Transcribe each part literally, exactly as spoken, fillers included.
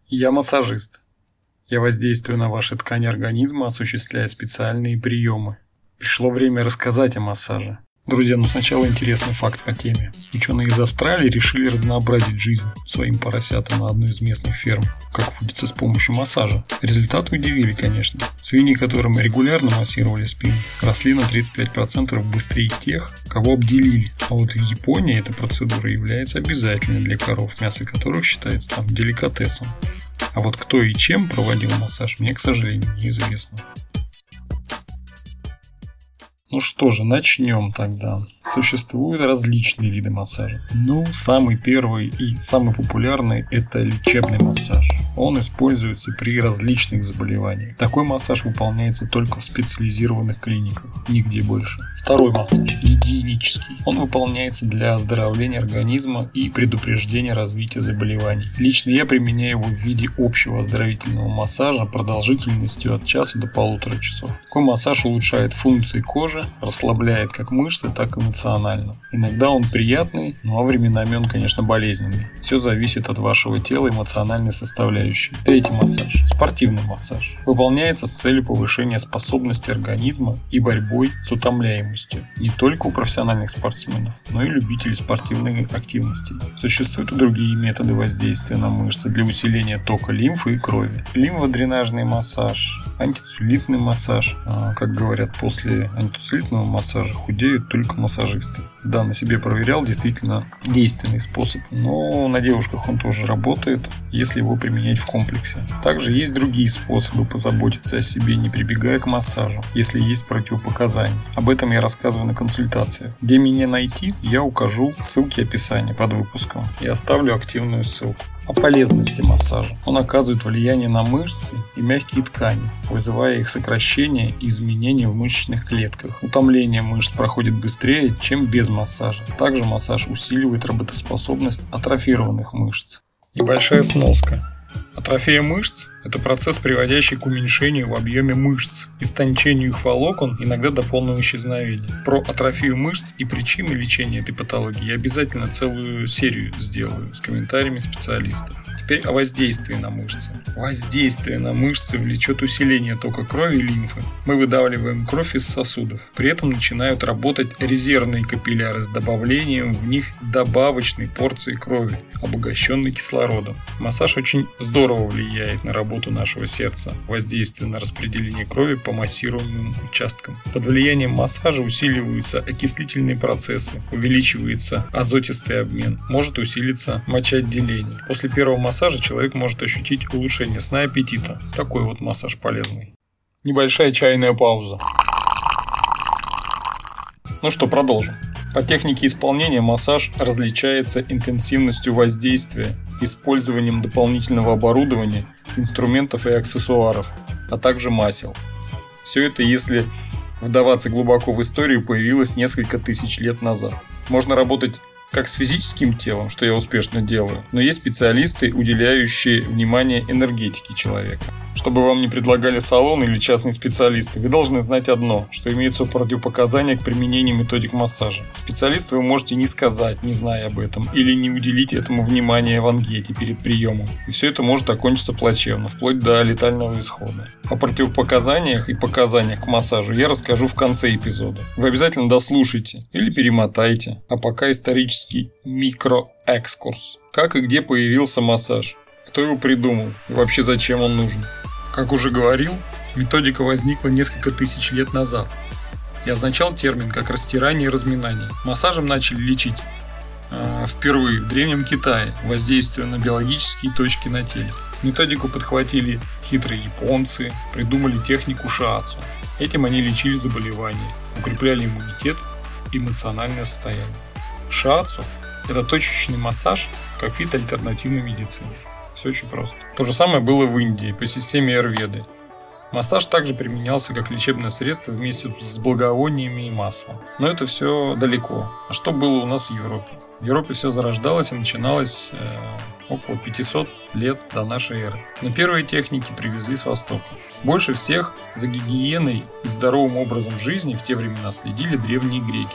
Я массажист. Я воздействую на ваши ткани организма, осуществляя специальные приемы. Пришло время рассказать о массаже. Друзья, ну сначала интересный факт по теме. Ученые из Австралии решили разнообразить жизнь своим поросятам на одной из местных ферм, как водится, с помощью массажа. Результаты удивили, конечно. Свиньи, которым регулярно массировали спину, росли на тридцать пять процентов быстрее тех, кого обделили. А вот в Японии эта процедура является обязательной для коров, мясо которых считается там деликатесом. А вот кто и чем проводил массаж, мне, к сожалению, неизвестно. Ну что же, начнем тогда. Существуют различные виды массажа. Ну, самый первый и самый популярный – это лечебный массаж. Он используется при различных заболеваниях. Такой массаж выполняется только в специализированных клиниках, нигде больше. Второй массаж – гигиенический. Он выполняется для оздоровления организма и предупреждения развития заболеваний. Лично я применяю его в виде общего оздоровительного массажа продолжительностью от часа до полутора часов. Такой массаж улучшает функции кожи, расслабляет как мышцы, так и эмоционально. Иногда он приятный, ну а временами он, конечно, болезненный. Все зависит от вашего тела, эмоциональной составляющей. Третий массаж – спортивный массаж. Выполняется с целью повышения способности организма и борьбой с утомляемостью. Не только у профессиональных спортсменов, но и любителей спортивной активности. Существуют и другие методы воздействия на мышцы для усиления тока лимфы и крови. Лимфодренажный массаж, антицеллюлитный массаж. Как говорят, после антицеллюлитного массажа худеют только массажисты. Да, на себе проверял, действительно действенный способ, но на девушках он тоже работает, если его применять в комплексе. Также есть другие способы позаботиться о себе, не прибегая к массажу, если есть противопоказания. Об этом я рассказываю на консультациях. Где меня найти, я укажу ссылки в описании под выпуском и оставлю активную ссылку. О полезности массажа. Он оказывает влияние на мышцы и мягкие ткани, вызывая их сокращение и изменения в мышечных клетках. Утомление мышц проходит быстрее, чем без массажа. Также массаж усиливает работоспособность атрофированных мышц. Небольшая сноска. Атрофия мышц – это процесс, приводящий к уменьшению в объеме мышц, истончению их волокон, иногда до полного исчезновения. Про атрофию мышц и причины лечения этой патологии я обязательно целую серию сделаю с комментариями специалистов. Теперь о воздействии на мышцы. Воздействие на мышцы влечет усиление тока крови и лимфы. Мы выдавливаем кровь из сосудов. При этом начинают работать резервные капилляры с добавлением в них добавочной порции крови, обогащенной кислородом. Массаж очень здорово влияет на работу нашего сердца, воздействие на распределение крови по массируемым участкам. Под влиянием массажа усиливаются окислительные процессы, увеличивается азотистый обмен, может усилиться мочеотделение. После первого массажа человек может ощутить улучшение сна и аппетита. Такой вот массаж полезный. Небольшая чайная пауза. Ну что, продолжим. По технике исполнения массаж различается интенсивностью воздействия, использованием дополнительного оборудования, инструментов и аксессуаров, а также масел. Все это, если вдаваться глубоко в историю, появилось несколько тысяч лет назад. Можно работать как с физическим телом, что я успешно делаю, но есть специалисты, уделяющие внимание энергетике человека. Чтобы вам не предлагали салон или частные специалисты, вы должны знать одно, что имеются противопоказания к применению методик массажа. Специалисту вы можете не сказать, не зная об этом, или не уделить этому внимания в ангете перед приемом. И все это может окончиться плачевно, вплоть до летального исхода. О противопоказаниях и показаниях к массажу я расскажу в конце эпизода. Вы обязательно дослушайте или перемотайте. А пока исторический микроэкскурс. Как и где появился массаж? Кто его придумал и вообще зачем он нужен? Как уже говорил, методика возникла несколько тысяч лет назад и означал термин как растирание и разминание. Массажем начали лечить э, впервые в Древнем Китае, воздействуя на биологические точки на теле. Методику подхватили хитрые японцы, придумали технику шиацу. Этим они лечили заболевания, укрепляли иммунитет и эмоциональное состояние. Шиацу – это точечный массаж как вид альтернативной медицины. Все очень просто. То же самое было в Индии по системе аюрведы. Массаж также применялся как лечебное средство вместе с благовониями и маслом. Но это все далеко. А что было у нас в Европе? В Европе все зарождалось и начиналось э, около пятисот лет до нашей эры. Но первые техники привезли с Востока. Больше всех за гигиеной и здоровым образом жизни в те времена следили древние греки,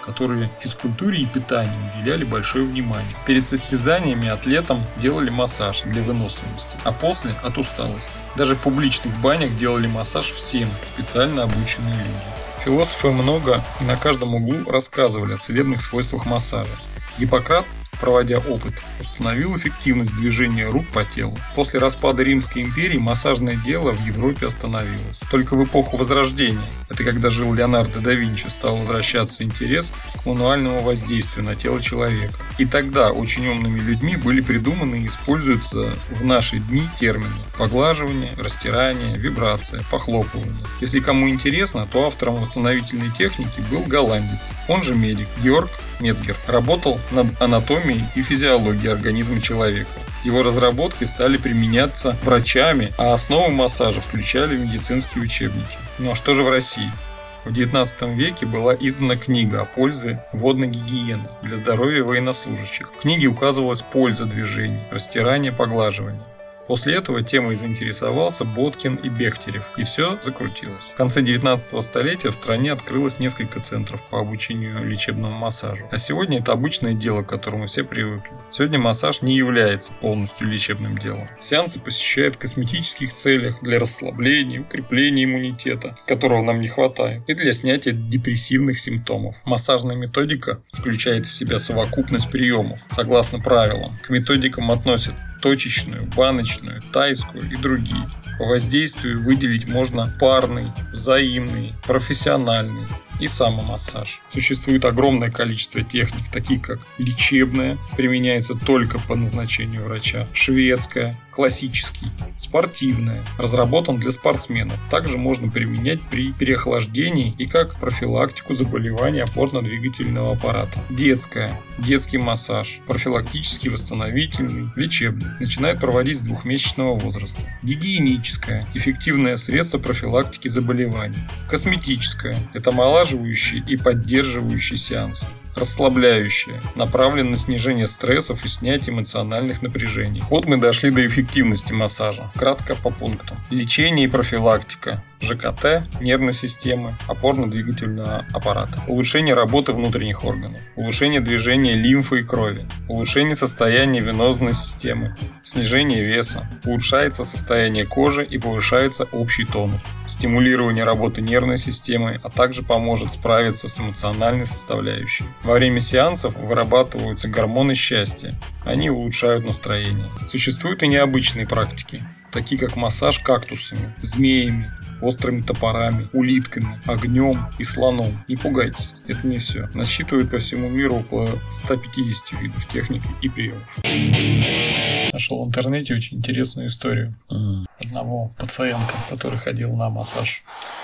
которые физкультуре и питанию уделяли большое внимание. Перед состязаниями атлетам делали массаж для выносливости, а после – от усталости. Даже в публичных банях делали массаж всем специально обученные люди. Философы много и на каждом углу рассказывали о целебных свойствах массажа. Гиппократ, проводя опыт, установил эффективность движения рук по телу. После распада Римской империи массажное дело в Европе остановилось. Только в эпоху Возрождения, это когда жил Леонардо да Винчи, стал возвращаться интерес к мануальному воздействию на тело человека. И тогда очень умными людьми были придуманы и используются в наши дни термины: поглаживание, растирание, вибрация, похлопывание. Если кому интересно, то автором восстановительной техники был голландец, он же медик, Георг Мецгер. Работал над анатомией и физиологией организма человека. Его разработки стали применяться врачами, а основы массажа включали в медицинские учебники. Ну а что же в России? В девятнадцатом веке была издана книга о пользе водной гигиены для здоровья военнослужащих. В книге указывалась польза движений, растирания, поглаживания. После этого темой заинтересовался Боткин и Бехтерев, и все закрутилось. В конце девятнадцатого столетия в стране открылось несколько центров по обучению лечебному массажу. А сегодня это обычное дело, к которому все привыкли. Сегодня массаж не является полностью лечебным делом. Сеансы посещают в косметических целях, для расслабления, укрепления иммунитета, которого нам не хватает, и для снятия депрессивных симптомов. Массажная методика включает в себя совокупность приемов, согласно правилам. К методикам относят точечную, баночную, тайскую и другие. По воздействию выделить можно парный, взаимный, профессиональный и самомассаж. Существует огромное количество техник, таких как лечебная, применяется только по назначению врача, шведская, классический, спортивная, разработан для спортсменов. Также можно применять при переохлаждении и как профилактику заболеваний опорно-двигательного аппарата. Детская, детский массаж, профилактический, восстановительный, лечебный. Начинают проводить с двухмесячного возраста. Гигиеническое, эффективное средство профилактики заболеваний. Косметическое, это омолаживающие и поддерживающие сеансы. Расслабляющее, направлено на снижение стрессов и снятие эмоциональных напряжений. Вот мы дошли до эффективности массажа. Кратко по пунктам. Лечение и профилактика. ЖКТ, нервной системы, опорно-двигательного аппарата. Улучшение работы внутренних органов. Улучшение движения лимфы и крови. Улучшение состояния венозной системы. Снижение веса. Улучшается состояние кожи и повышается общий тонус. Стимулирование работы нервной системы, а также поможет справиться с эмоциональной составляющей. Во время сеансов вырабатываются гормоны счастья. Они улучшают настроение. Существуют и необычные практики, такие как массаж кактусами, змеями, острыми топорами, улитками, огнем и слоном. Не пугайтесь, это не все. Насчитывают по всему миру около ста пятидесяти видов техник и приемов. Нашел в интернете очень интересную историю одного пациента, который ходил на массаж.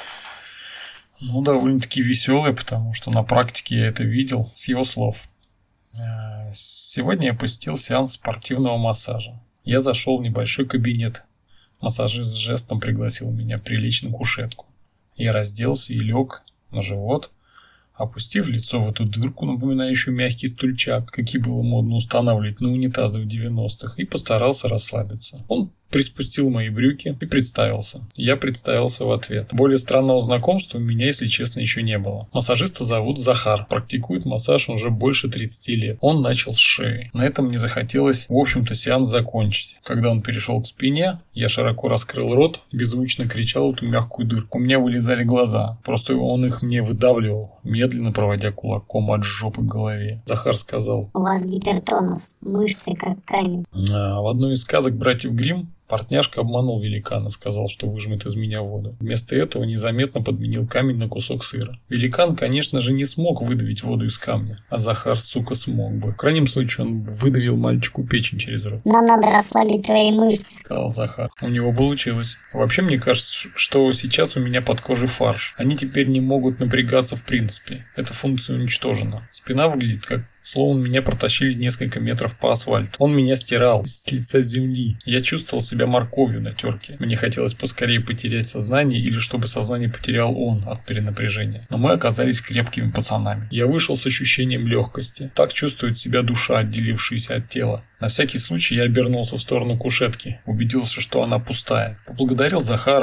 Ну, довольно-таки веселая, потому что на практике я это видел с его слов. Сегодня я посетил сеанс спортивного массажа. Я зашел в небольшой кабинет. Массажист жестом пригласил меня прилечь на кушетку. Я разделся и лег на живот, опустив лицо в эту дырку, напоминающую мягкий стульчак, какие было модно устанавливать на унитазы в девяностых, и постарался расслабиться. Он приспустил мои брюки и представился. Я представился в ответ. Более странного знакомства у меня, если честно, еще не было. Массажиста зовут Захар. Практикует массаж уже больше тридцати лет. Он начал с шеи. На этом мне захотелось, в общем-то, сеанс закончить. Когда он перешел к спине, я широко раскрыл рот, беззвучно кричал эту мягкую дырку. У меня вылезали глаза. Просто он их мне выдавливал, медленно проводя кулаком от жопы к голове. Захар сказал: «У вас гипертонус, мышцы как камень». А в одной из сказок братьев Гримм партняшка обманул великана, сказал, что выжмет из меня воду. Вместо этого незаметно подменил камень на кусок сыра. Великан, конечно же, не смог выдавить воду из камня, а Захар, сука, смог бы. В крайнем случае, он выдавил мальчику печень через рот. «Нам надо расслабить твои мышцы», — сказал Захар. У него получилось. Вообще, мне кажется, что сейчас у меня под кожей фарш. Они теперь не могут напрягаться в принципе. Эта функция уничтожена. Спина выглядит как... Словно меня протащили несколько метров по асфальту. Он меня стирал с лица земли. Я чувствовал себя морковью на терке. Мне хотелось поскорее потерять сознание или чтобы сознание потерял он от перенапряжения. Но мы оказались крепкими пацанами. Я вышел с ощущением легкости. Так чувствует себя душа, отделившаяся от тела. На всякий случай я обернулся в сторону кушетки. Убедился, что она пустая. Поблагодарил Захара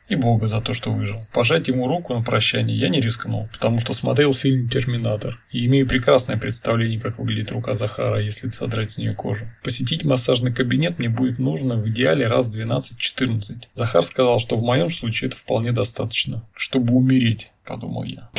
И Бога за то, что выжил. Пожать ему руку на прощание я не рискнул, потому что смотрел фильм «Терминатор» и имею прекрасное представление, как выглядит рука Захара, если содрать с нее кожу. Посетить массажный кабинет мне будет нужно в идеале раз в двенадцать-четырнадцать. Захар сказал, что в моем случае это вполне достаточно, чтобы умереть, подумал я.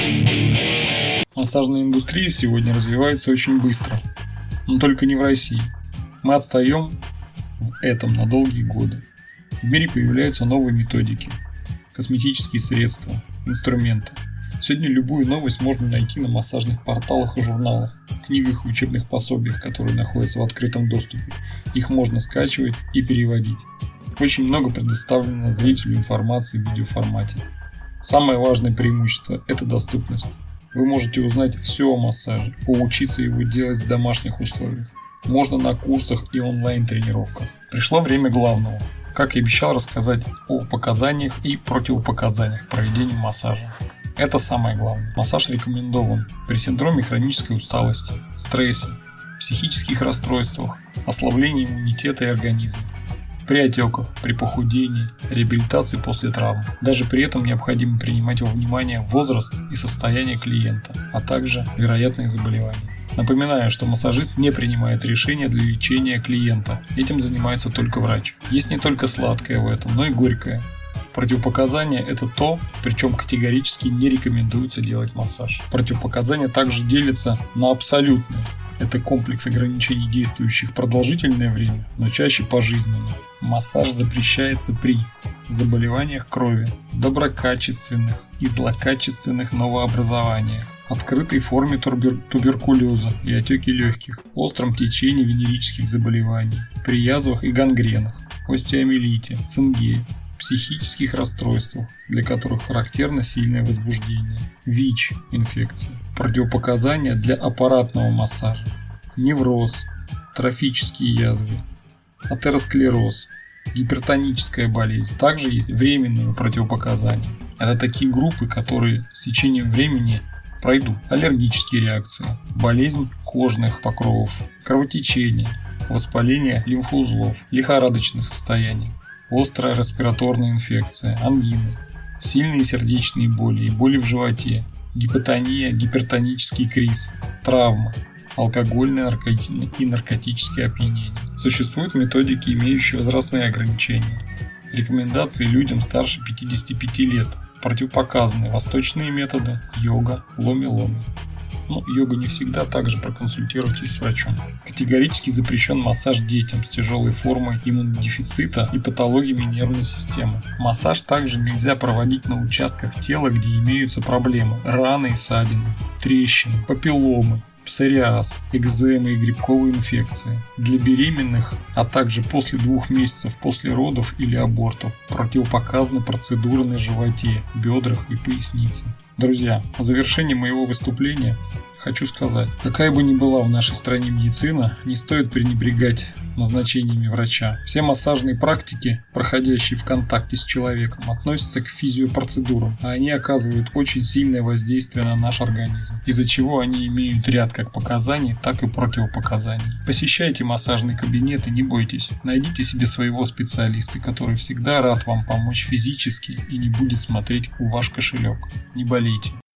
Массажная индустрия сегодня развивается очень быстро, но только не в России. Мы отстаем в этом на долгие годы. В мире появляются новые методики, косметические средства, инструменты. Сегодня любую новость можно найти на массажных порталах и журналах, книгах и учебных пособиях, которые находятся в открытом доступе. Их можно скачивать и переводить. Очень много предоставлено зрителю информации в видеоформате. Самое важное преимущество – это доступность. Вы можете узнать все о массаже, поучиться его делать в домашних условиях. Можно на курсах и онлайн-тренировках. Пришло время главного. Как и обещал, рассказать о показаниях и противопоказаниях проведения массажа. Это самое главное. Массаж рекомендован при синдроме хронической усталости, стрессе, психических расстройствах, ослаблении иммунитета и организма, при отеках, при похудении, реабилитации после травм. Даже при этом необходимо принимать во внимание возраст и состояние клиента, а также вероятные заболевания. Напоминаю, что массажист не принимает решения для лечения клиента. Этим занимается только врач. Есть не только сладкое в этом, но и горькое. Противопоказания – это то, причем категорически не рекомендуется делать массаж. Противопоказания также делятся на абсолютные. Это комплекс ограничений, действующих продолжительное время, но чаще пожизненно. Массаж запрещается при заболеваниях крови, доброкачественных и злокачественных новообразованиях, открытой форме тубер- туберкулеза и отеке легких, остром течении венерических заболеваний, при язвах и гангренах, остеомиелите, цинге, психических расстройствах, для которых характерно сильное возбуждение, ВИЧ инфекции, противопоказания для аппаратного массажа, невроз, трофические язвы, атеросклероз, гипертоническая болезнь. Также есть временные противопоказания. Это такие группы, которые с течением времени пройдут: аллергические реакции, болезнь кожных покровов, кровотечение, воспаление лимфоузлов, лихорадочное состояние, острая респираторная инфекция, ангины, сильные сердечные боли и боли в животе, гипотония, гипертонический криз, травмы, алкогольное и наркотические опьянения. Существуют методики, имеющие возрастные ограничения. Рекомендации людям старше пятидесяти пяти лет. Противопоказаны восточные методы, йога, ломи-ломи. Но йога не всегда, также проконсультируйтесь с врачом. Категорически запрещен массаж детям с тяжелой формой иммунодефицита и патологиями нервной системы. Массаж также нельзя проводить на участках тела, где имеются проблемы: раны и ссадины, трещины, папилломы, псориаз, экземы и грибковые инфекции. Для беременных, а также после двух месяцев после родов или абортов противопоказаны процедуры на животе, бедрах и пояснице. Друзья, в завершении моего выступления хочу сказать, какая бы ни была в нашей стране медицина, не стоит пренебрегать назначениями врача. Все массажные практики, проходящие в контакте с человеком, относятся к физиопроцедурам, а они оказывают очень сильное воздействие на наш организм, из-за чего они имеют ряд как показаний, так и противопоказаний. Посещайте массажные кабинеты, не бойтесь. Найдите себе своего специалиста, который всегда рад вам помочь физически и не будет смотреть в ваш кошелек. Не болейте.